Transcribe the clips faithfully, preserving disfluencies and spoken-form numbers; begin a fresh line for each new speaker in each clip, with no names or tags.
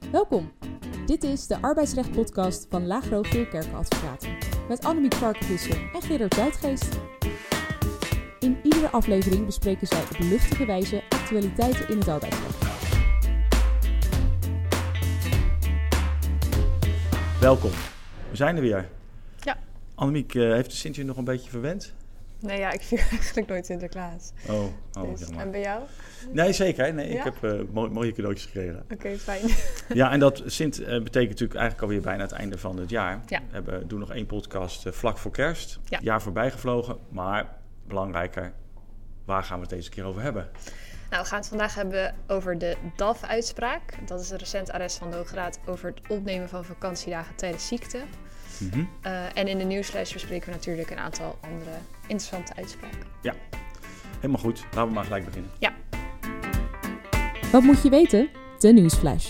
Welkom! Dit is de arbeidsrecht-podcast van Lagro Veerkerken-advocaten met Annemiek Varkenvisser en Gerard Duitgeest. In iedere aflevering bespreken zij op luchtige wijze actualiteiten in het arbeidsrecht.
Welkom, we zijn er weer.
Ja.
Annemiek, uh, heeft de Sint je nog een beetje verwend?
Nee, ja, ik vier eigenlijk nooit Sinterklaas.
Oh, oh
dus,
zeg maar.
En bij jou?
Nee, zeker. Nee,
ja?
Ik heb uh, mooie, mooie cadeautjes gekregen.
Oké, okay, fijn.
Ja, en dat Sint uh, betekent natuurlijk eigenlijk alweer bijna het einde van het jaar.
Ja.
We hebben, doen nog één podcast uh, vlak voor kerst.
Ja.
Jaar voorbij gevlogen, maar belangrijker, waar gaan we het deze keer over hebben?
Nou, we gaan het vandaag hebben over de D A F-uitspraak. Dat is een recent arrest van de Hoge Raad over het opnemen van vakantiedagen tijdens ziekte.
Mm-hmm.
Uh, en in de nieuwslijst bespreken we natuurlijk een aantal andere interessante uitspraken.
Ja, helemaal goed. Laten we maar gelijk beginnen.
Ja.
Wat moet je weten? De nieuwsflash.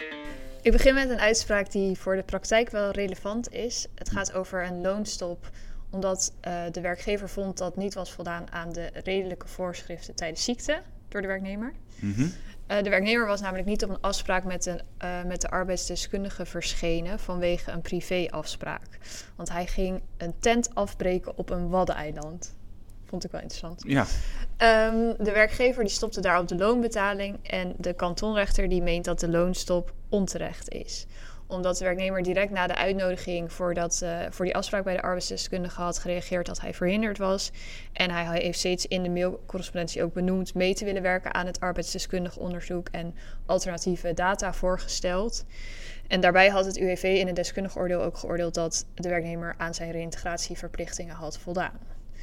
Ik begin met een uitspraak die voor de praktijk wel relevant is. Het gaat over een loonstop, omdat uh, de werkgever vond dat niet was voldaan aan de redelijke voorschriften tijdens ziekte door de werknemer.
Mm-hmm.
Uh, de werknemer was namelijk niet op een afspraak met, een, uh, met de arbeidsdeskundige verschenen vanwege een privéafspraak. Want hij ging een tent afbreken op een waddeneiland. Vond ik wel interessant.
Ja.
Um, de werkgever die stopte daarop de loonbetaling en de kantonrechter die meent dat de loonstop onterecht is. Omdat de werknemer direct na de uitnodiging voor, dat, uh, voor die afspraak bij de arbeidsdeskundige had gereageerd dat hij verhinderd was. En hij heeft steeds in de mailcorrespondentie ook benoemd mee te willen werken aan het arbeidsdeskundig onderzoek en alternatieve data voorgesteld. En daarbij had het U W V in een deskundig oordeel ook geoordeeld dat de werknemer aan zijn reïntegratieverplichtingen had voldaan.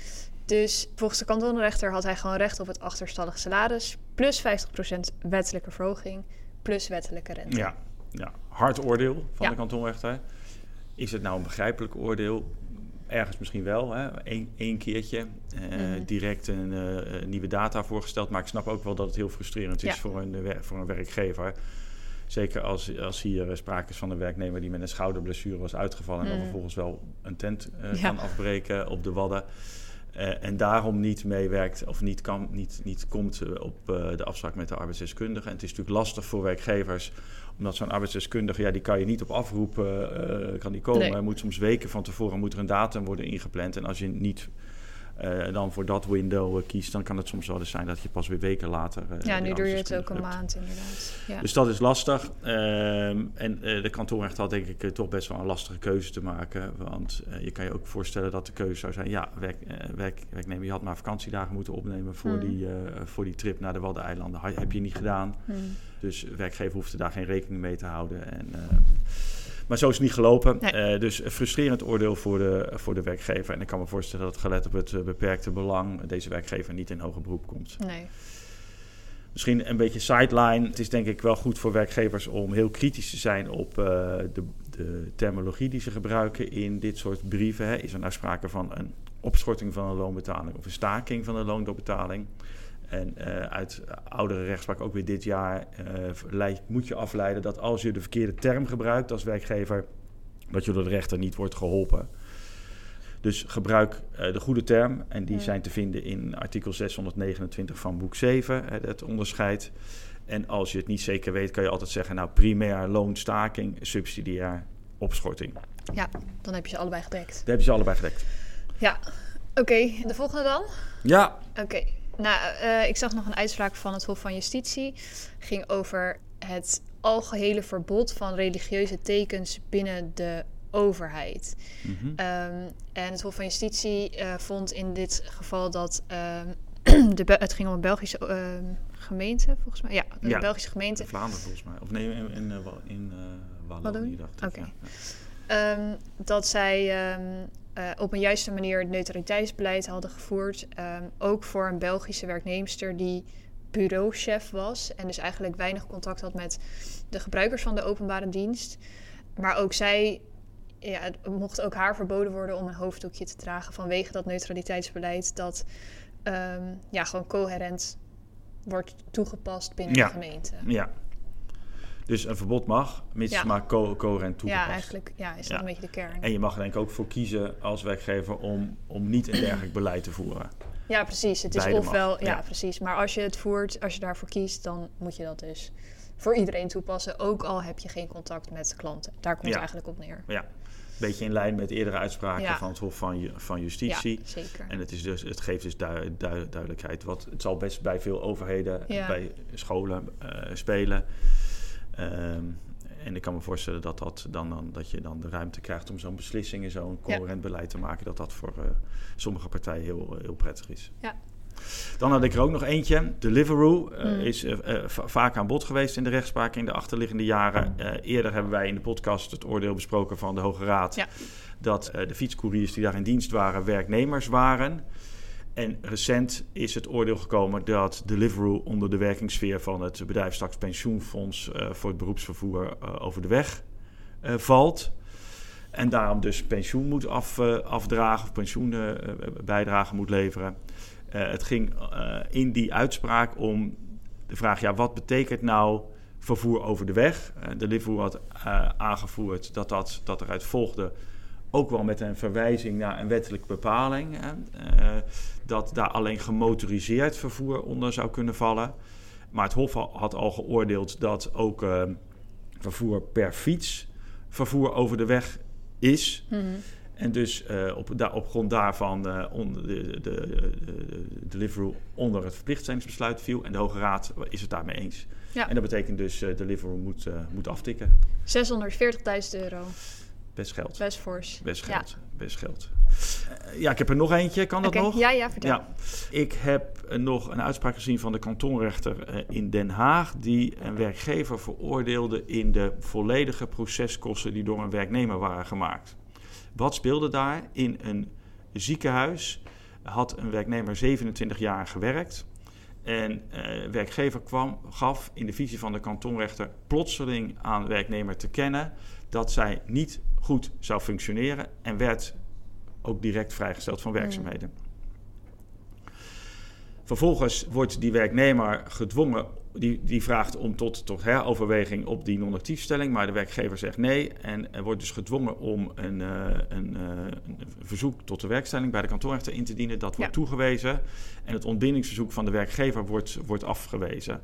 Dus volgens de kantonrechter had hij gewoon recht op het achterstallig salaris plus vijftig procent wettelijke verhoging plus wettelijke rente.
Ja. Ja, hard oordeel van
ja.
de kantonrechter. Is het nou een begrijpelijk oordeel? Ergens misschien wel. Hè? Eén, één keertje uh, mm-hmm. direct een uh, nieuwe data voorgesteld. Maar ik snap ook wel dat het heel frustrerend is ja. voor, een, voor een werkgever. Zeker als, als hier sprake is van een werknemer die met een schouderblessure was uitgevallen. Mm. En dan vervolgens wel een tent uh, ja. kan afbreken op de Wadden. Uh, en daarom niet meewerkt of niet, kan, niet, niet komt uh, op uh, de afspraak met de arbeidsdeskundige. En het is natuurlijk lastig voor werkgevers, omdat zo'n arbeidsdeskundige, ja, die kan je niet op afroepen, uh, kan die komen. Nee. Er moet soms weken van tevoren moet er een datum worden ingepland. En als je niet uh, dan voor dat window uh, kiest, dan kan het soms wel eens zijn dat je pas weer weken later... Uh,
ja, nu doe je het ook een hebt. maand inderdaad. Ja.
Dus dat is lastig. Um, en uh, de kantonrechter had denk ik uh, toch best wel een lastige keuze te maken. Want uh, je kan je ook voorstellen dat de keuze zou zijn, ja, werk, uh, werk, werknemer, je had maar vakantiedagen moeten opnemen voor, hmm. die, uh, voor die trip naar de Waddeneilanden. Ha, heb je niet gedaan. Hmm. Dus werkgever hoefde daar geen rekening mee te houden. En, uh, maar zo is het niet gelopen. Nee. Uh, dus een frustrerend oordeel voor de, voor de werkgever. En ik kan me voorstellen dat gelet op het uh, beperkte belang deze werkgever niet in hoger beroep komt.
Nee.
Misschien een beetje sideline. Het is denk ik wel goed voor werkgevers om heel kritisch te zijn op uh, de, de terminologie die ze gebruiken in dit soort brieven. Hè. Is er nou sprake van een opschorting van een loonbetaling of een staking van een loonbetaling? En uh, uit oudere rechtspraak ook weer dit jaar uh, leid, moet je afleiden dat als je de verkeerde term gebruikt als werkgever, dat je door de rechter niet wordt geholpen. Dus gebruik uh, de goede term en die ja. zijn te vinden in artikel zeshonderdnegenentwintig van boek zeven, hè, het onderscheid. En als je het niet zeker weet, kan je altijd zeggen, nou primair loonstaking, subsidiair opschorting.
Ja, dan heb je ze allebei gedekt.
Dan heb je ze allebei gedekt.
Ja, oké. Okay. De volgende dan?
Ja.
Oké. Okay. Nou, uh, ik zag nog een uitspraak van het Hof van Justitie. Ging over het algehele verbod van religieuze tekens binnen de overheid. Mm-hmm. Um, en het Hof van Justitie uh, vond in dit geval dat... Um, de Be- het ging om een Belgische uh, gemeente, volgens mij. Ja, een ja, Belgische gemeente.
In Vlaanderen, volgens mij. Of nee, in, in, in uh, Wallonië, dacht ik.
Okay. Ja. Um, dat zij... Um, Uh, op een juiste manier het neutraliteitsbeleid hadden gevoerd. Um, ook voor een Belgische werknemster die bureauchef was. En dus eigenlijk weinig contact had met de gebruikers van de openbare dienst. Maar ook zij, ja, het mocht ook haar verboden worden om een hoofddoekje te dragen vanwege dat neutraliteitsbeleid. Dat um, ja, gewoon coherent wordt toegepast binnen
ja.
de gemeente.
Ja. Dus een verbod mag, mits ja. maar co- coherent toegepast.
Ja, eigenlijk ja, is dat ja. een beetje de kern.
En je mag er denk ik ook voor kiezen als werkgever om, om niet een dergelijk beleid te voeren.
Ja, precies. Het is
Beide
ofwel...
mag,
Ja,
ja.
precies. Maar als je het voert, als je daarvoor kiest, dan moet je dat dus voor iedereen toepassen. Ook al heb je geen contact met klanten. Daar komt
Ja.
het eigenlijk op neer.
Ja, een beetje in lijn met eerdere uitspraken
Ja.
van het Hof van, Ju- van Justitie.
Ja, zeker.
En het, is dus, het geeft dus du- du- duidelijkheid. Wat, het zal best bij veel overheden,
Ja.
bij scholen uh, spelen. Um, en ik kan me voorstellen dat, dat, dan, dan, dat je dan de ruimte krijgt om zo'n beslissing en zo'n coherent ja. beleid te maken. Dat dat voor uh, sommige partijen heel, heel prettig is.
Ja.
Dan had ik er ook nog eentje. Deliveroo uh,
mm.
is uh, uh, v- vaak aan bod geweest in de rechtspraak in de achterliggende jaren. Uh, eerder hebben wij in de podcast het oordeel besproken van de Hoge Raad.
Ja.
Dat uh, de fietscouriers die daar in dienst waren werknemers waren. En recent is het oordeel gekomen dat Deliveroo onder de werkingssfeer van het bedrijfstaks pensioenfonds uh, voor het beroepsvervoer uh, over de weg uh, valt. En daarom dus pensioen moet af, uh, afdragen of pensioenbijdrage uh, moet leveren. Uh, het ging uh, in die uitspraak om de vraag, ja, wat betekent nou vervoer over de weg? Uh, Deliveroo had uh, aangevoerd dat, dat, dat eruit volgde, ook wel met een verwijzing naar een wettelijke bepaling, hè, uh, dat daar alleen gemotoriseerd vervoer onder zou kunnen vallen. Maar het Hof had al geoordeeld dat ook uh, vervoer per fiets vervoer over de weg is.
Mm-hmm. En
dus uh, op, da, op grond daarvan uh, onder de, de, de, de Deliveroo onder het verplichtstellingsbesluit viel. En de Hoge Raad is het daarmee eens.
Ja.
En dat betekent dus uh, Deliveroo moet, uh, moet aftikken.
zeshonderdveertigduizend euro.
Best geld.
Best fors.
Best geld.
Ja.
Best geld. Uh, ja, ik heb er nog eentje. Kan dat
okay.
nog?
Ja, ja, vertel.
Ja. Ik heb uh, nog een uitspraak gezien van de kantonrechter uh, in Den Haag, die een werkgever veroordeelde in de volledige proceskosten die door een werknemer waren gemaakt. Wat speelde daar? In een ziekenhuis had een werknemer zevenentwintig jaar gewerkt. En uh, werkgever kwam, gaf in de visie van de kantonrechter plotseling aan de werknemer te kennen dat zij niet goed zou functioneren en werd ook direct vrijgesteld van werkzaamheden. Mm. Vervolgens wordt die werknemer gedwongen, die, die vraagt om tot, tot heroverweging op die non-actiefstelling, maar de werkgever zegt nee en er wordt dus gedwongen om een, uh, een, uh, een verzoek tot de werkstelling bij de kantonrechter in te dienen. Dat wordt ja. toegewezen en het ontbindingsverzoek van de werkgever wordt, wordt afgewezen.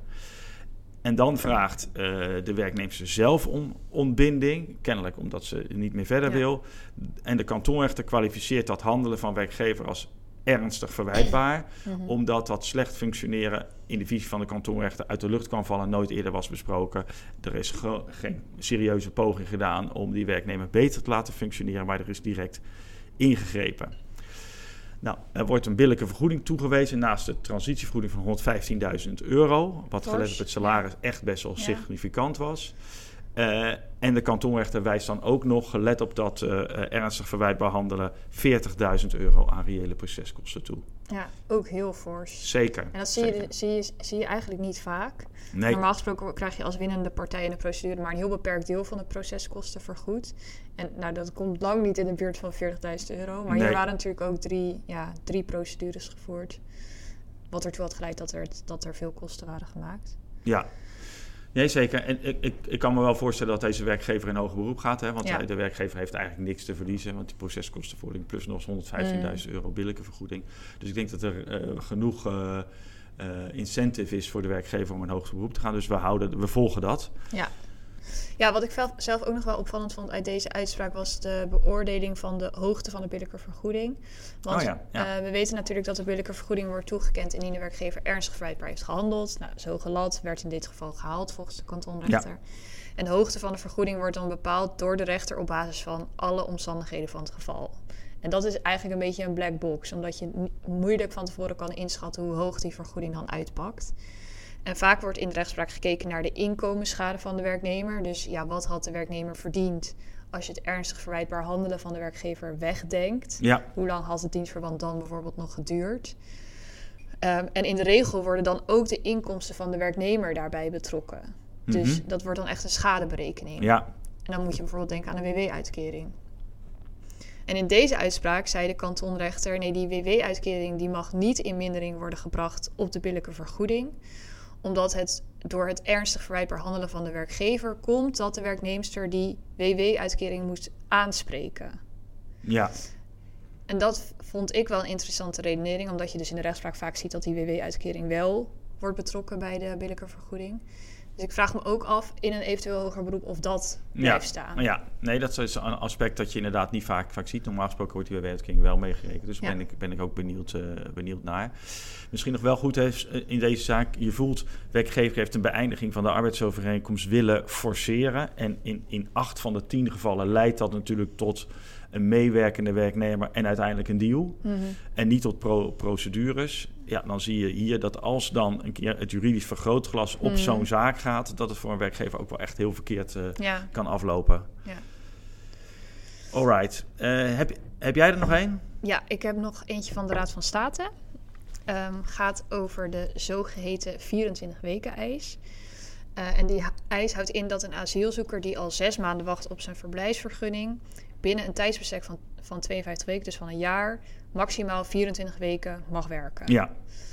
En dan vraagt uh, de werknemer zelf om ontbinding, kennelijk omdat ze niet meer verder ja. wil. En de kantonrechter kwalificeert dat handelen van werkgever als ernstig verwijtbaar, mm-hmm. omdat dat slecht functioneren in de visie van de kantonrechter uit de lucht kan vallen, nooit eerder was besproken. Er is ge- geen serieuze poging gedaan om die werknemer beter te laten functioneren, maar er is direct ingegrepen. Nou, er wordt een billijke vergoeding toegewezen naast de transitievergoeding van honderdvijftienduizend euro, wat gelet op het salaris ja. echt best wel ja. significant was. Uh, en de kantonrechter wijst dan ook nog, gelet op dat uh, uh, ernstig verwijtbaar handelen, veertigduizend euro aan reële proceskosten toe.
Ja, ook heel fors.
Zeker.
En dat zie je, zie, je, zie je eigenlijk niet vaak.
Nee.
Normaal gesproken krijg je als winnende partij in de procedure maar een heel beperkt deel van de proceskosten vergoed. En nou, dat komt lang niet in de buurt van veertigduizend euro. Maar nee. hier waren natuurlijk ook drie, ja, drie procedures gevoerd. Wat ertoe had geleid dat er, dat er veel kosten waren gemaakt.
Ja. Nee, zeker. En ik, ik, ik kan me wel voorstellen dat deze werkgever in hoger beroep gaat. Hè, want ja. de werkgever heeft eigenlijk niks te verliezen. Want die proceskostenvergoeding plus nog eens honderdvijftienduizend euro billijke vergoeding. Dus ik denk dat er uh, genoeg uh, uh, incentive is voor de werkgever om in hoger beroep te gaan. Dus we, houden, we volgen dat.
Ja. Ja, wat ik zelf ook nog wel opvallend vond uit deze uitspraak was de beoordeling van de hoogte van de billijke vergoeding. Want
oh ja, ja.
Uh, we weten natuurlijk dat de billijke vergoeding wordt toegekend indien de werkgever ernstig verwijtbaar heeft gehandeld. Nou, zo gelat werd in dit geval gehaald volgens de kantonrechter. Ja. En de hoogte van de vergoeding wordt dan bepaald door de rechter op basis van alle omstandigheden van het geval. En dat is eigenlijk een beetje een black box, omdat je moeilijk van tevoren kan inschatten hoe hoog die vergoeding dan uitpakt. En vaak wordt in de rechtspraak gekeken naar de inkomensschade van de werknemer. Dus ja, wat had de werknemer verdiend als je het ernstig verwijtbaar handelen van de werkgever wegdenkt?
Ja.
Hoe lang had het dienstverband dan bijvoorbeeld nog geduurd? Um, en in de regel worden dan ook de inkomsten van de werknemer daarbij betrokken. Mm-hmm. Dus dat wordt dan echt een schadeberekening.
Ja.
En dan moet je bijvoorbeeld denken aan een W W-uitkering. En in deze uitspraak zei de kantonrechter, nee, die W W-uitkering die mag niet in mindering worden gebracht op de billijke vergoeding, omdat het door het ernstig verwijtbaar handelen van de werkgever komt dat de werknemster die W W-uitkering moest aanspreken.
Ja.
En dat vond ik wel een interessante redenering, omdat je dus in de rechtspraak vaak ziet dat die W W-uitkering wel wordt betrokken bij de billijke vergoeding. Dus ik vraag me ook af in een eventueel hoger beroep of dat blijft
ja,
staan.
Ja, nee, dat is een aspect dat je inderdaad niet vaak, vaak ziet. Normaal gesproken wordt die W W-uitkering wel meegerekend. Dus daar ja. ben, ik, ben ik ook benieuwd, uh, benieuwd naar. Misschien nog wel goed is in deze zaak, je voelt, werkgever heeft een beëindiging van de arbeidsovereenkomst willen forceren. En in, in acht van de tien gevallen leidt dat natuurlijk tot een meewerkende werknemer en uiteindelijk een deal. Mm-hmm. En niet tot pro- procedures. Ja, dan zie je hier dat als dan een keer het juridisch vergrootglas op mm-hmm. zo'n zaak gaat, dat het voor een werkgever ook wel echt heel verkeerd uh, ja. kan aflopen. Ja. Alright. Uh, heb, heb jij er nog één?
Ja, ik heb nog eentje van de Raad van State. Um, gaat over de zogeheten vierentwintig weken eis. Uh, en die eis houdt in dat een asielzoeker die al zes maanden wacht op zijn verblijfsvergunning binnen een tijdsbestek van, van tweeënvijftig weken, dus van een jaar, maximaal vierentwintig weken mag werken. Ja.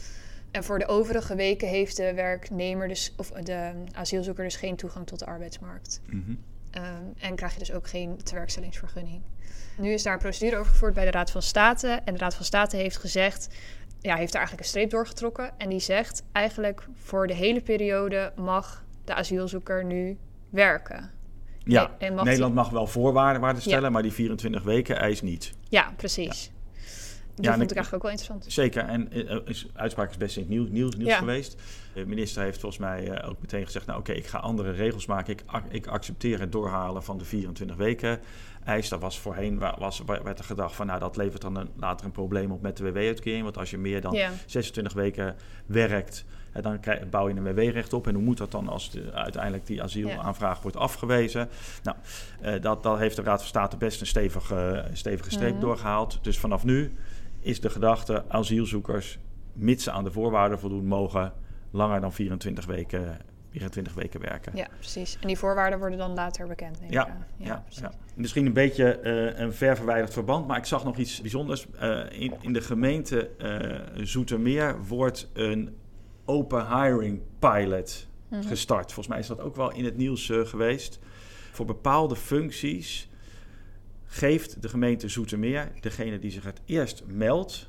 En voor de overige weken heeft de werknemer dus, of de asielzoeker dus geen toegang tot de arbeidsmarkt. Mm-hmm. Um, en krijg je dus ook geen tewerkstellingsvergunning. Nu is daar een procedure over gevoerd bij de Raad van State. En de Raad van State heeft gezegd, ja, heeft er eigenlijk een streep doorgetrokken. En die zegt eigenlijk voor de hele periode mag de asielzoeker nu werken.
Ja, nee, mag Nederland die... mag wel voorwaarden stellen, ja. maar die vierentwintig weken eis niet.
Ja, precies. Ja. Die ja, vond ik eigenlijk ook wel interessant.
Zeker, en de uh, uitspraak is best in het nieuws, nieuws, nieuws ja. geweest. De minister heeft volgens mij uh, ook meteen gezegd, nou oké, okay, ik ga andere regels maken. Ik, ik accepteer het doorhalen van de vierentwintig weken eis. Dat was voorheen, was, werd er gedacht van, nou dat levert dan een, later een probleem op met de W W-uitkering. Want als je meer dan ja. zesentwintig weken werkt, uh, dan krijg, bouw je een W W-recht op. En hoe moet dat dan als de, uiteindelijk die asielaanvraag ja. wordt afgewezen? Nou, uh, dat, dat heeft de Raad van State best een stevige, stevige streep mm-hmm. doorgehaald. Dus vanaf nu is de gedachte, asielzoekers, mits ze aan de voorwaarden voldoen, mogen langer dan vierentwintig weken, vierentwintig weken werken.
Ja, precies. En die voorwaarden worden dan later bekend, neem
ja,
ik aan. Ja,
ja, ja. Misschien een beetje uh, een ver verwijderd verband, maar ik zag nog iets bijzonders. Uh, in, in de gemeente uh, Zoetermeer wordt een open hiring pilot mm-hmm. gestart. Volgens mij is dat ook wel in het nieuws uh, geweest. Voor bepaalde functies geeft de gemeente Zoetermeer degene die zich het eerst meldt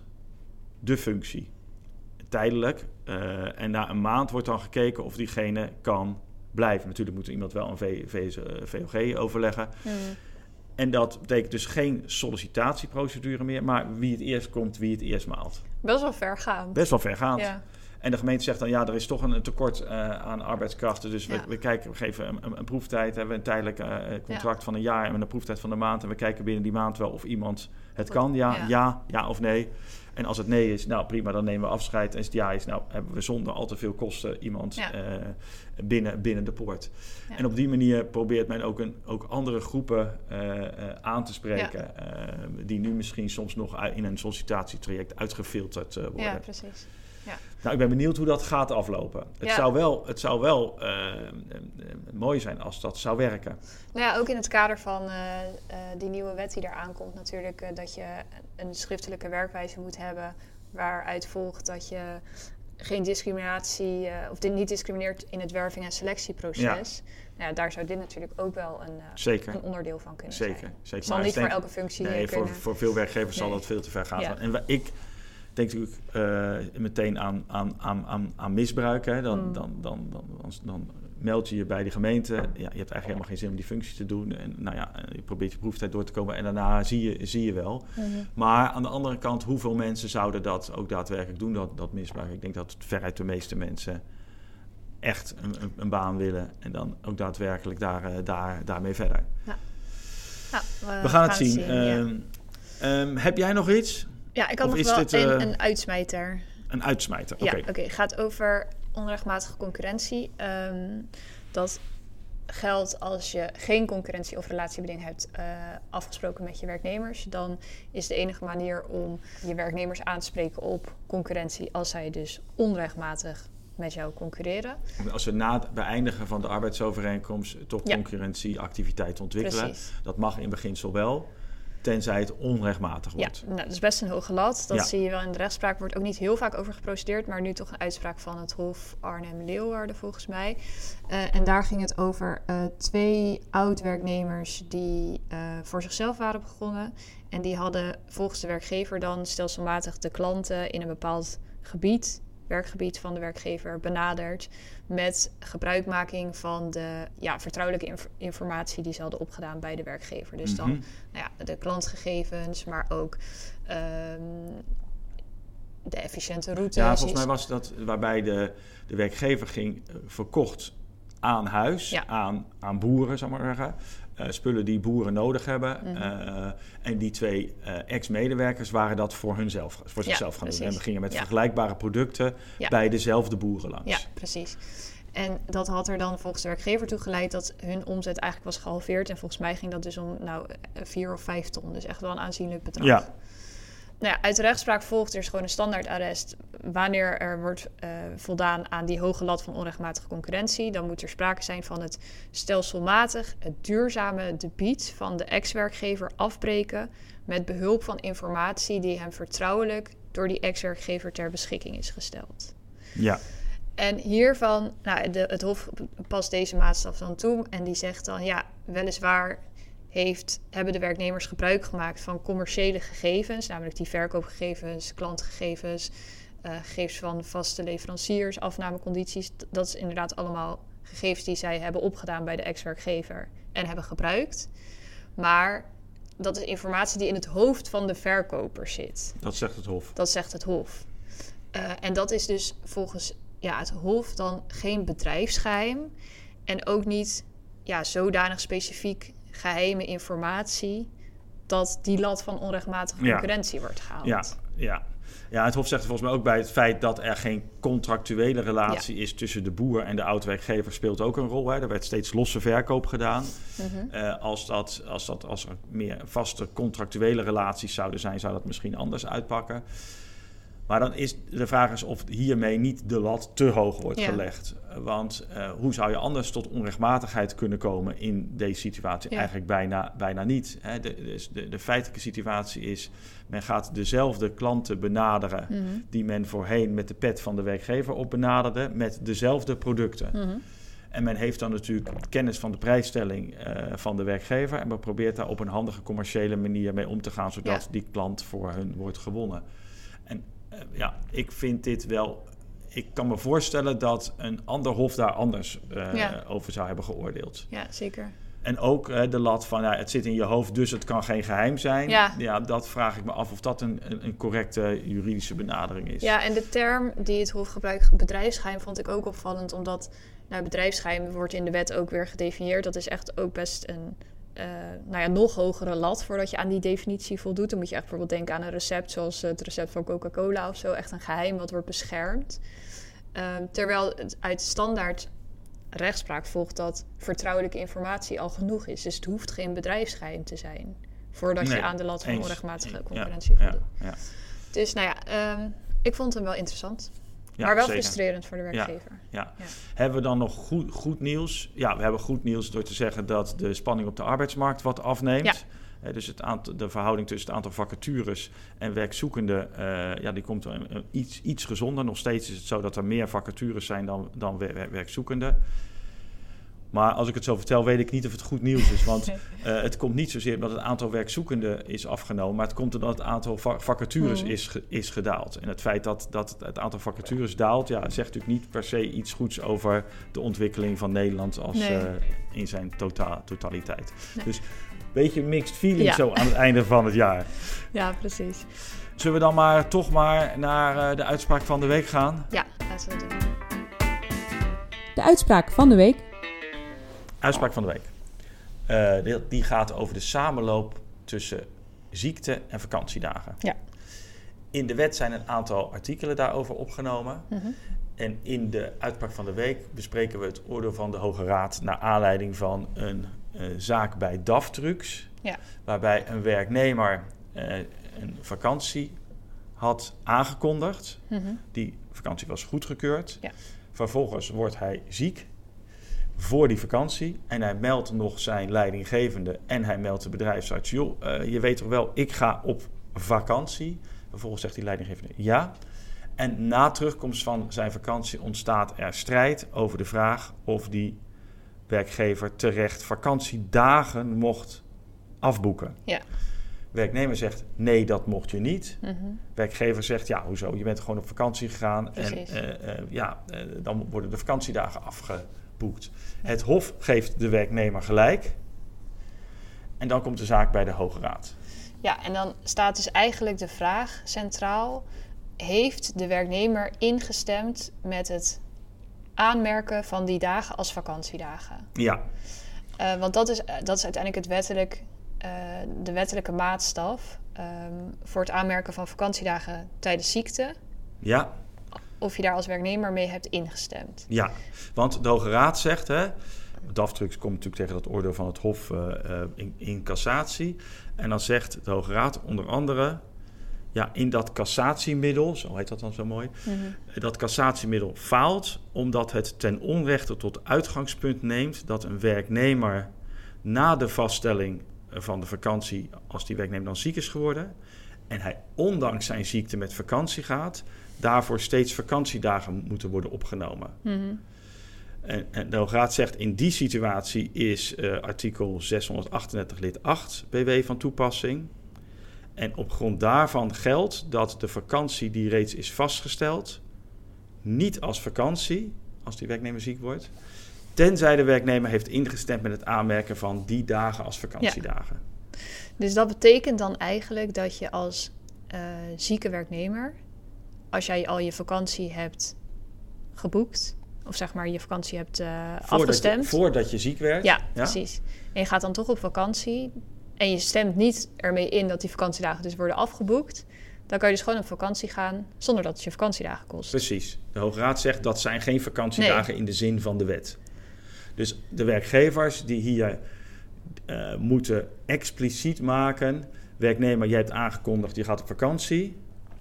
de functie. Tijdelijk. Uh, en na een maand wordt dan gekeken of diegene kan blijven. Natuurlijk moet iemand wel een v- v- V O G overleggen. Mm. En dat betekent dus geen sollicitatieprocedure meer, maar wie het eerst komt, wie het eerst maalt.
Best wel vergaand.
Best wel vergaand. Ja. En de gemeente zegt dan, ja, er is toch een tekort uh, aan arbeidskrachten. Dus we, ja. we, kijken, we geven een, een, een proeftijd. Hebben we een tijdelijk uh, contract ja. van een jaar en een proeftijd van een maand. En we kijken binnen die maand wel of iemand het Goed. kan. Ja, ja, ja, ja of nee. En als het nee is, nou prima, dan nemen we afscheid. En als het ja is, nou hebben we zonder al te veel kosten iemand ja. uh, binnen, binnen de poort. Ja. En op die manier probeert men ook, een, ook andere groepen uh, uh, aan te spreken. Ja. Uh, die nu misschien soms nog in een sollicitatietraject uitgefilterd uh, worden.
Ja, precies. Ja.
Nou, ik ben benieuwd hoe dat gaat aflopen. Het ja. zou wel, het zou wel uh, uh, mooi zijn als dat zou werken.
Nou ja, ook in het kader van uh, uh, die nieuwe wet die eraan komt natuurlijk, uh, dat je een schriftelijke werkwijze moet hebben waaruit volgt dat je geen discriminatie uh, of niet discrimineert in het werving- en selectieproces. Ja. Nou ja, daar zou dit natuurlijk ook wel een, uh, een onderdeel van kunnen
zeker,
zijn.
Zeker.
Het zal niet voor elke functie
nee,
kunnen.
Voor, voor veel werkgevers nee. zal dat veel te ver gaan. Ja. En ik denk natuurlijk uh, meteen aan, aan, aan, aan misbruik. Hè. Dan, mm. dan, dan, dan, dan, dan meld je je bij de gemeente. Ja, je hebt eigenlijk helemaal geen zin om die functie te doen. En nou ja, je probeert je proeftijd door te komen. En daarna zie je, zie je wel. Mm-hmm. Maar aan de andere kant, hoeveel mensen zouden dat ook daadwerkelijk doen, dat, dat misbruik? Ik denk dat veruit de meeste mensen echt een, een, een baan willen. En dan ook daadwerkelijk daar, uh, daar, daarmee verder. Ja.
Nou, we,
we gaan het gaan zien. zien ja. um, um, heb jij nog iets?
Ja, ik had of nog wel dit, uh, een, een uitsmijter.
Een uitsmijter, oké. Okay.
Ja, oké. Okay. Het gaat over onrechtmatige concurrentie. Um, dat geldt als je geen concurrentie of relatiebeding hebt uh, afgesproken met je werknemers. Dan is de enige manier om je werknemers aan te spreken op concurrentie als zij dus onrechtmatig met jou concurreren.
Als we na het beëindigen van de arbeidsovereenkomst toch ja. concurrentieactiviteiten ontwikkelen. Precies. Dat mag in beginsel wel. tenzij het onrechtmatig wordt.
Ja, nou, dat is best een hoge lat. Dat
ja.
zie je wel in de rechtspraak. Wordt ook niet heel vaak over geprocedeerd, maar nu toch een uitspraak van het Hof Arnhem-Leeuwarden volgens mij. Uh, en daar ging het over uh, twee oud-werknemers die uh, voor zichzelf waren begonnen. En die hadden volgens de werkgever dan stelselmatig de klanten in een bepaald gebied, werkgebied van de werkgever, benaderd met gebruikmaking van de ja, vertrouwelijke inf- informatie die ze hadden opgedaan bij de werkgever. Dus dan mm-hmm. nou ja, de klantgegevens, maar ook um, de efficiënte routes.
Ja, volgens mij was dat waarbij de, de werkgever ging uh, verkocht aan huis, ja. aan, aan boeren, zal ik maar zeggen. Uh, spullen die boeren nodig hebben. Mm-hmm. Uh, en die twee uh, ex-medewerkers waren dat voor hunzelf, voor zichzelf ja, gaan doen. En we gingen met ja. vergelijkbare producten ja. bij dezelfde boeren langs.
Ja, precies. En dat had er dan volgens de werkgever toe geleid dat hun omzet eigenlijk was gehalveerd. En volgens mij ging dat dus om nou, vier of vijf ton. Dus echt wel een aanzienlijk bedrag.
Ja.
Nou ja, uit de rechtspraak volgt er gewoon een standaardarrest. Wanneer er wordt uh, voldaan aan die hoge lat van onrechtmatige concurrentie, dan moet er sprake zijn van het stelselmatig het duurzame debiet van de ex-werkgever afbreken met behulp van informatie die hem vertrouwelijk door die ex-werkgever ter beschikking is gesteld.
Ja.
En hiervan, nou, de, het Hof past deze maatstaf dan toe en die zegt dan, ja, weliswaar heeft, hebben de werknemers gebruik gemaakt van commerciële gegevens, namelijk die verkoopgegevens, klantgegevens, uh, gegevens van vaste leveranciers, afnamecondities. Dat is inderdaad allemaal gegevens die zij hebben opgedaan bij de ex-werkgever en hebben gebruikt. Maar dat is informatie die in het hoofd van de verkoper zit.
Dat zegt het Hof.
Dat zegt het Hof. Uh, en dat is dus volgens ja, het Hof dan geen bedrijfsgeheim en ook niet ja, zodanig specifiek geheime informatie dat die lat van onrechtmatige concurrentie ja. wordt gehaald.
Ja, ja. ja, het Hof zegt volgens mij ook bij het feit dat er geen contractuele relatie ja. is tussen de boer en de oud-werkgever speelt ook een rol. Hè. Er werd steeds losse verkoop gedaan. Mm-hmm. Uh, als, dat, als, dat, als er meer vaste contractuele relaties zouden zijn, zou dat misschien anders uitpakken. Maar dan is de vraag is of hiermee niet de lat te hoog wordt ja. gelegd. Want uh, hoe zou je anders tot onrechtmatigheid kunnen komen in deze situatie? Ja. Eigenlijk bijna, bijna niet. Hè. De, de, de, de feitelijke situatie is, men gaat dezelfde klanten benaderen mm-hmm. die men voorheen met de pet van de werkgever op benaderde, met dezelfde producten. Mm-hmm. En men heeft dan natuurlijk kennis van de prijsstelling uh, van de werkgever en men probeert daar op een handige commerciële manier mee om te gaan, zodat ja. die klant voor hun wordt gewonnen. En uh, ja, ik vind dit wel. Ik kan me voorstellen dat een ander hof daar anders uh, ja. over zou hebben geoordeeld.
Ja, zeker.
En ook uh, de lat van, ja, het zit in je hoofd, dus het kan geen geheim zijn. Ja. ja, dat vraag ik me af of dat een, een, een correcte juridische benadering is. Ja, en de term die het hof gebruikt, bedrijfsgeheim, vond ik ook opvallend. Omdat nou, bedrijfsgeheim wordt in de wet ook weer gedefinieerd. Dat is echt ook best een uh, nou ja, nog hogere lat voordat je aan die definitie voldoet. Dan moet je echt bijvoorbeeld denken aan een recept, zoals het recept van Coca-Cola of zo. Echt een geheim wat wordt beschermd. Uh, terwijl het uit standaard rechtspraak volgt dat vertrouwelijke informatie al genoeg is. Dus het hoeft geen bedrijfsgeheim te zijn voordat nee, je aan de lat van eens, onrechtmatige concurrentie ja, voldoet. Ja, ja. Dus nou ja, um, ik vond hem wel interessant. Ja, maar wel zeker. Frustrerend voor de werkgever. Ja, ja. Ja. Hebben we dan nog goed, goed nieuws? Ja, we hebben goed nieuws door te zeggen dat de spanning op de arbeidsmarkt wat afneemt. Ja. Uh, dus het aantal, de verhouding tussen het aantal vacatures en werkzoekenden, uh, ja, die komt een, een iets, iets gezonder. Nog steeds is het zo dat er meer vacatures zijn dan, dan wer, werkzoekenden. Maar als ik het zo vertel, weet ik niet of het goed nieuws is. Want uh, het komt niet zozeer omdat het aantal werkzoekenden is afgenomen, maar het komt omdat het aantal va- vacatures mm. is, ge- is gedaald. En het feit dat, dat het aantal vacatures daalt, ja, zegt natuurlijk niet per se iets goeds over de ontwikkeling van Nederland als, nee. uh, in zijn tota- totaliteit. Nee. Dus een beetje mixed feeling ja. zo aan het einde van het jaar. Ja, precies. Zullen we dan maar toch maar naar uh, de uitspraak van de week gaan? Ja, laten we doen.
De uitspraak van de week.
Uitspraak van de week. Uh, die, die gaat over de samenloop tussen ziekte en vakantiedagen. Ja. In de wet zijn een aantal artikelen daarover opgenomen. Mm-hmm. En in de uitspraak van de week bespreken we het oordeel van de Hoge Raad naar aanleiding van een uh, zaak bij D A F-Trucks. Ja. Waarbij een werknemer uh, een vakantie had aangekondigd. Mm-hmm. Die vakantie was goedgekeurd. Ja. Vervolgens wordt hij ziek. voor die vakantie en hij meldt nog zijn leidinggevende en hij meldt de bedrijfsarts. Joh, uh, je weet toch wel, ik ga op vakantie. Vervolgens zegt die leidinggevende ja. En na terugkomst van zijn vakantie ontstaat er strijd over de vraag of die werkgever terecht vakantiedagen mocht afboeken.
Ja.
Werknemer zegt nee, dat mocht je niet.
Mm-hmm.
Werkgever zegt ja, hoezo? Je bent gewoon op vakantie gegaan.
Precies.
En uh, uh, ja, uh, dan worden de vakantiedagen afgeboekt. Het Hof geeft de werknemer gelijk. En dan komt de zaak bij de Hoge Raad.
Ja, en dan staat dus eigenlijk de vraag centraal: heeft de werknemer ingestemd met het aanmerken van die dagen als vakantiedagen?
Ja.
Uh, want dat is, uh, dat is uiteindelijk het wettelijk, uh, de wettelijke maatstaf um, voor het aanmerken van vakantiedagen tijdens ziekte.
Ja.
Of je daar als werknemer mee hebt ingestemd.
Ja, want de Hoge Raad zegt, hè, DAFTRUX komt natuurlijk tegen dat oordeel van het Hof uh, uh, in, in cassatie. En dan zegt de Hoge Raad onder andere, ja, in dat cassatiemiddel, zo heet dat dan zo mooi, mm-hmm. dat cassatiemiddel faalt omdat het ten onrechte tot uitgangspunt neemt dat een werknemer na de vaststelling van de vakantie, als die werknemer dan ziek is geworden en hij ondanks zijn ziekte met vakantie gaat, daarvoor steeds vakantiedagen moeten worden opgenomen. Mm-hmm. En, en de Hoge Raad zegt, in die situatie is uh, artikel zeshonderdachtendertig lid acht B W van toepassing. En op grond daarvan geldt dat de vakantie die reeds is vastgesteld niet als vakantie, als die werknemer ziek wordt, tenzij de werknemer heeft ingestemd met het aanmerken van die dagen als vakantiedagen.
Ja. Dus dat betekent dan eigenlijk dat je als uh, zieke werknemer, als jij al je vakantie hebt geboekt, of zeg maar je vakantie hebt uh,
voordat
afgestemd.
Je, voordat je ziek werd.
Ja, ja, precies. En je gaat dan toch op vakantie en je stemt niet ermee in dat die vakantiedagen dus worden afgeboekt, dan kan je dus gewoon op vakantie gaan zonder dat het je vakantiedagen kost.
Precies. De Hoge Raad zegt dat zijn geen vakantiedagen nee. in de zin van de wet. Dus de werkgevers die hier uh, moeten expliciet maken, werknemer, je hebt aangekondigd, je gaat op vakantie,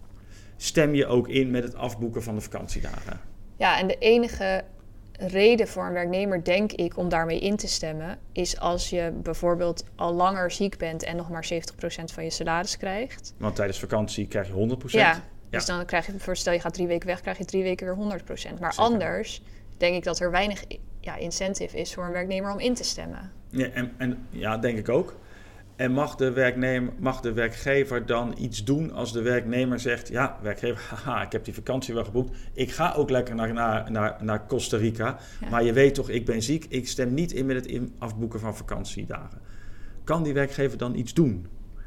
stem je ook in met het afboeken van de vakantiedagen.
Ja, en de enige reden voor een werknemer, denk ik, om daarmee in te stemmen, is als je bijvoorbeeld al langer ziek bent en nog maar zeventig procent van je salaris krijgt.
Want tijdens vakantie krijg je honderd procent.
Ja, dus ja. dan krijg je, voorstel je gaat drie weken weg, krijg je drie weken weer honderd procent. Maar Zeker. Anders denk ik dat er weinig ja, incentive is voor een werknemer om in te stemmen.
Ja, en, en, ja, denk ik ook. En mag de, werknemer, mag de werkgever dan iets doen als de werknemer zegt, ja, werkgever, haha, ik heb die vakantie wel geboekt. Ik ga ook lekker naar, naar, naar, naar Costa Rica. Ja. Maar je weet toch, ik ben ziek. Ik stem niet in met het in afboeken van vakantiedagen. Kan die werkgever dan iets doen?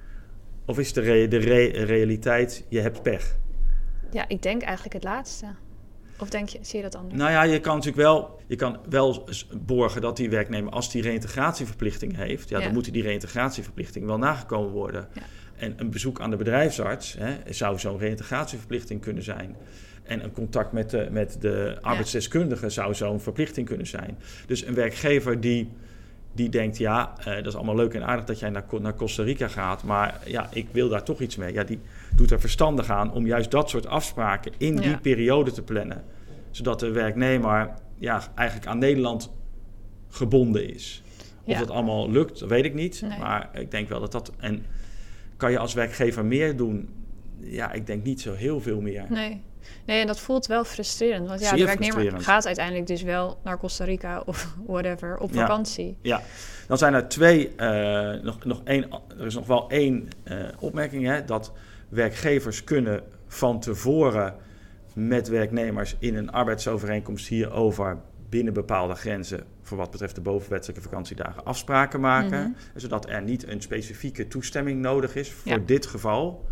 Of is de, re, de re, realiteit, je hebt pech?
Ja, ik denk eigenlijk het laatste. Of denk je, zie je dat anders?
Nou ja, je kan natuurlijk wel, je kan wel borgen dat die werknemer, als die reïntegratieverplichting heeft, ja, ja. dan moet die reïntegratieverplichting wel nagekomen worden. Ja. En een bezoek aan de bedrijfsarts hè, zou zo'n reïntegratieverplichting kunnen zijn. En een contact met de, met de arbeidsdeskundige ja. zou zo'n verplichting kunnen zijn. Dus een werkgever die, die denkt, ja, uh, dat is allemaal leuk en aardig dat jij naar, naar Costa Rica gaat, maar ja, ik wil daar toch iets mee. Ja, die doet er verstandig aan om juist dat soort afspraken in ja. die periode te plannen. Zodat de werknemer ja, eigenlijk aan Nederland gebonden is. Of ja. dat allemaal lukt, dat weet ik niet. Nee. Maar ik denk wel dat dat... En kan je als werkgever meer doen? Ja, ik denk niet zo heel veel meer.
Nee, nee en dat voelt wel frustrerend. Want ja, Zeer de werknemer gaat uiteindelijk dus wel naar Costa Rica of whatever op vakantie.
Ja, ja. Dan zijn er twee... Uh, nog, nog één, er is nog wel één uh, opmerking, hè, dat werkgevers kunnen van tevoren met werknemers in een arbeidsovereenkomst hierover binnen bepaalde grenzen voor wat betreft de bovenwettelijke vakantiedagen afspraken maken. Mm-hmm. Zodat er niet een specifieke toestemming nodig is voor ja. dit geval.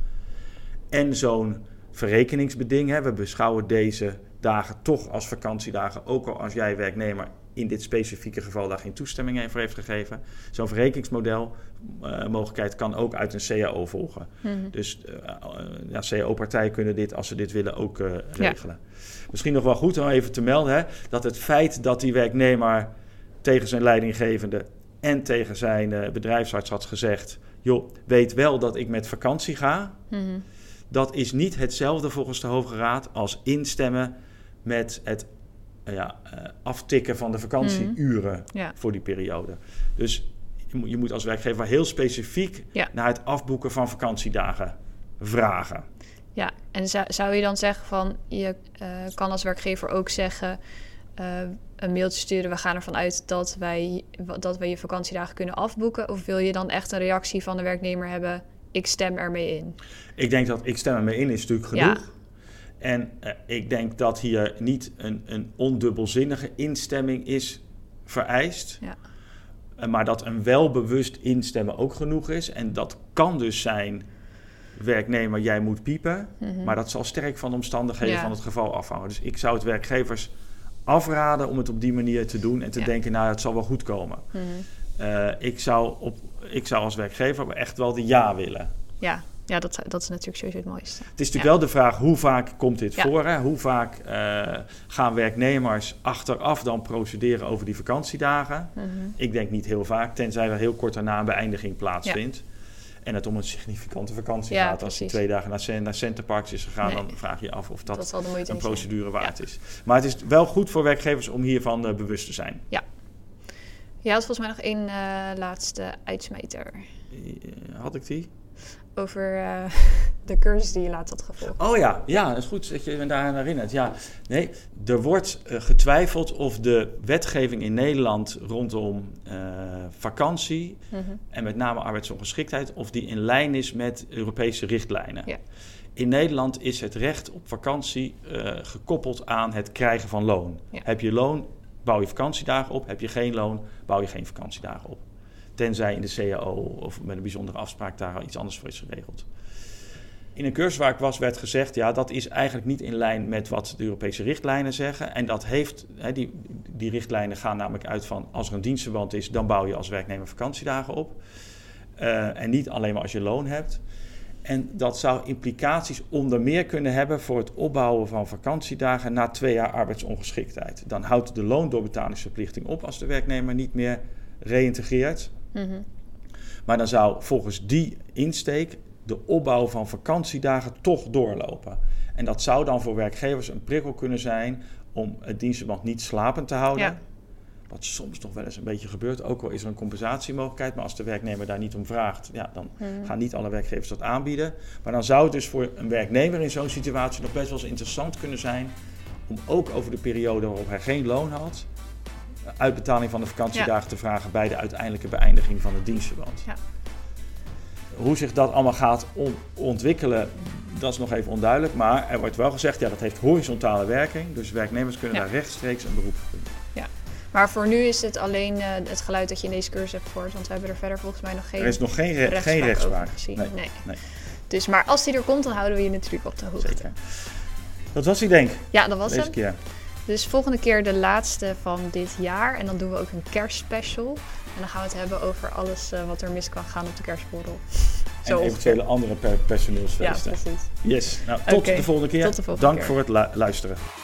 En zo'n verrekeningsbeding, hè, we beschouwen deze dagen toch als vakantiedagen, ook al als jij werknemer in dit specifieke geval daar geen toestemming voor heeft gegeven. Zo'n verrekeningsmodel uh, mogelijkheid kan ook uit een C A O volgen. Mm-hmm. Dus uh, uh, ja, C A O-partijen kunnen dit, als ze dit willen, ook uh, regelen. Ja. Misschien nog wel goed om even te melden, hè, dat het feit dat die werknemer tegen zijn leidinggevende en tegen zijn uh, bedrijfsarts had gezegd, joh, weet wel dat ik met vakantie ga. Mm-hmm. Dat is niet hetzelfde volgens de Hoge Raad als instemmen met het uh, ja, uh, aftikken van de vakantieuren mm. ja. voor die periode. Dus je moet, je moet als werkgever heel specifiek ja. naar het afboeken van vakantiedagen vragen.
Ja, en zou, zou je dan zeggen van, je uh, kan als werkgever ook zeggen, uh, een mailtje sturen, we gaan ervan uit dat wij, dat wij je vakantiedagen kunnen afboeken? Of wil je dan echt een reactie van de werknemer hebben, ik stem ermee in?
Ik denk dat ik stem ermee in is natuurlijk genoeg. Ja. En uh, ik denk dat hier niet een, een ondubbelzinnige instemming is vereist. Ja. Uh, maar dat een welbewust instemmen ook genoeg is. En dat kan dus zijn, werknemer, jij moet piepen. Mm-hmm. Maar dat zal sterk van de omstandigheden ja. van het geval afhangen. Dus ik zou het werkgevers afraden om het op die manier te doen. En te ja. denken, nou, het zal wel goed komen. Mm-hmm. Uh, ik, zou op, ik zou als werkgever echt wel de ja willen.
Ja. Ja, dat, dat is natuurlijk sowieso het mooiste.
Het is natuurlijk ja. wel de vraag, hoe vaak komt dit ja. voor? Hè? Hoe vaak uh, gaan werknemers achteraf dan procederen over die vakantiedagen? Mm-hmm. Ik denk niet heel vaak, tenzij er heel kort daarna een beëindiging plaatsvindt. Ja. En het om een significante vakantie ja, gaat. Precies. Als je twee dagen naar, naar Centerparks is gegaan, nee. dan vraag je je af of dat, dat een procedure zijn. waard ja. is. Maar het is wel goed voor werkgevers om hiervan uh, bewust te zijn.
Ja. Je had volgens mij nog één uh, laatste uitsmijter.
Uh, had ik die?
Over uh, de cursus die je laatst had gevolgd.
Oh ja, ja, dat is goed dat je me daaraan herinnert. Ja, nee, er wordt uh, getwijfeld of de wetgeving in Nederland rondom uh, vakantie... Mm-hmm. en met name arbeidsongeschiktheid, of die in lijn is met Europese richtlijnen. Ja. In Nederland is het recht op vakantie uh, gekoppeld aan het krijgen van loon. Ja. Heb je loon, bouw je vakantiedagen op. Heb je geen loon, bouw je geen vakantiedagen op. Tenzij in de C A O of met een bijzondere afspraak daar iets anders voor is geregeld. In een cursus waar ik was werd gezegd, ja, dat is eigenlijk niet in lijn met wat de Europese richtlijnen zeggen. En dat heeft, hè, die, die richtlijnen gaan namelijk uit van, als er een dienstverband is, dan bouw je als werknemer vakantiedagen op. Uh, en niet alleen maar als je loon hebt. En dat zou implicaties onder meer kunnen hebben voor het opbouwen van vakantiedagen na twee jaar arbeidsongeschiktheid. Dan houdt de loondoorbetalingsverplichting op als de werknemer niet meer reïntegreert. Mm-hmm. Maar dan zou volgens die insteek de opbouw van vakantiedagen toch doorlopen. En dat zou dan voor werkgevers een prikkel kunnen zijn om het dienstverband niet slapend te houden. Ja. Wat soms nog wel eens een beetje gebeurt, ook al is er een compensatiemogelijkheid. Maar als de werknemer daar niet om vraagt, ja, dan mm-hmm. gaan niet alle werkgevers dat aanbieden. Maar dan zou het dus voor een werknemer in zo'n situatie nog best wel eens interessant kunnen zijn om ook over de periode waarop hij geen loon had, uitbetaling van de vakantiedagen ja. te vragen bij de uiteindelijke beëindiging van het dienstverband. Ja. Hoe zich dat allemaal gaat on- ontwikkelen, dat is nog even onduidelijk. Maar er wordt wel gezegd, ja, dat heeft horizontale werking. Dus werknemers kunnen ja. daar rechtstreeks een beroep op doen.
Ja, maar voor nu is het alleen uh, het geluid dat je in deze cursus hebt gehoord. Want we hebben er verder volgens mij nog geen
Er is nog geen, re-
rechtspraak,
geen rechtspraak
gezien.
Nee,
nee.
nee.
Dus, maar als die er komt, dan houden we je natuurlijk op de hoogte.
Zeker. Dat was hij, denk ik.
Ja, dat was
deze
hem.
keer.
Dus volgende keer de laatste van dit jaar. En dan doen we ook een kerstspecial. En dan gaan we het hebben over alles uh, wat er mis kan gaan op de kerstborrel.
En eventuele andere per- personeelsfeesten.
Ja, precies.
Yes. Nou, tot,
okay.
de volgende keer.
tot de volgende
Dank
keer.
voor het lu- luisteren.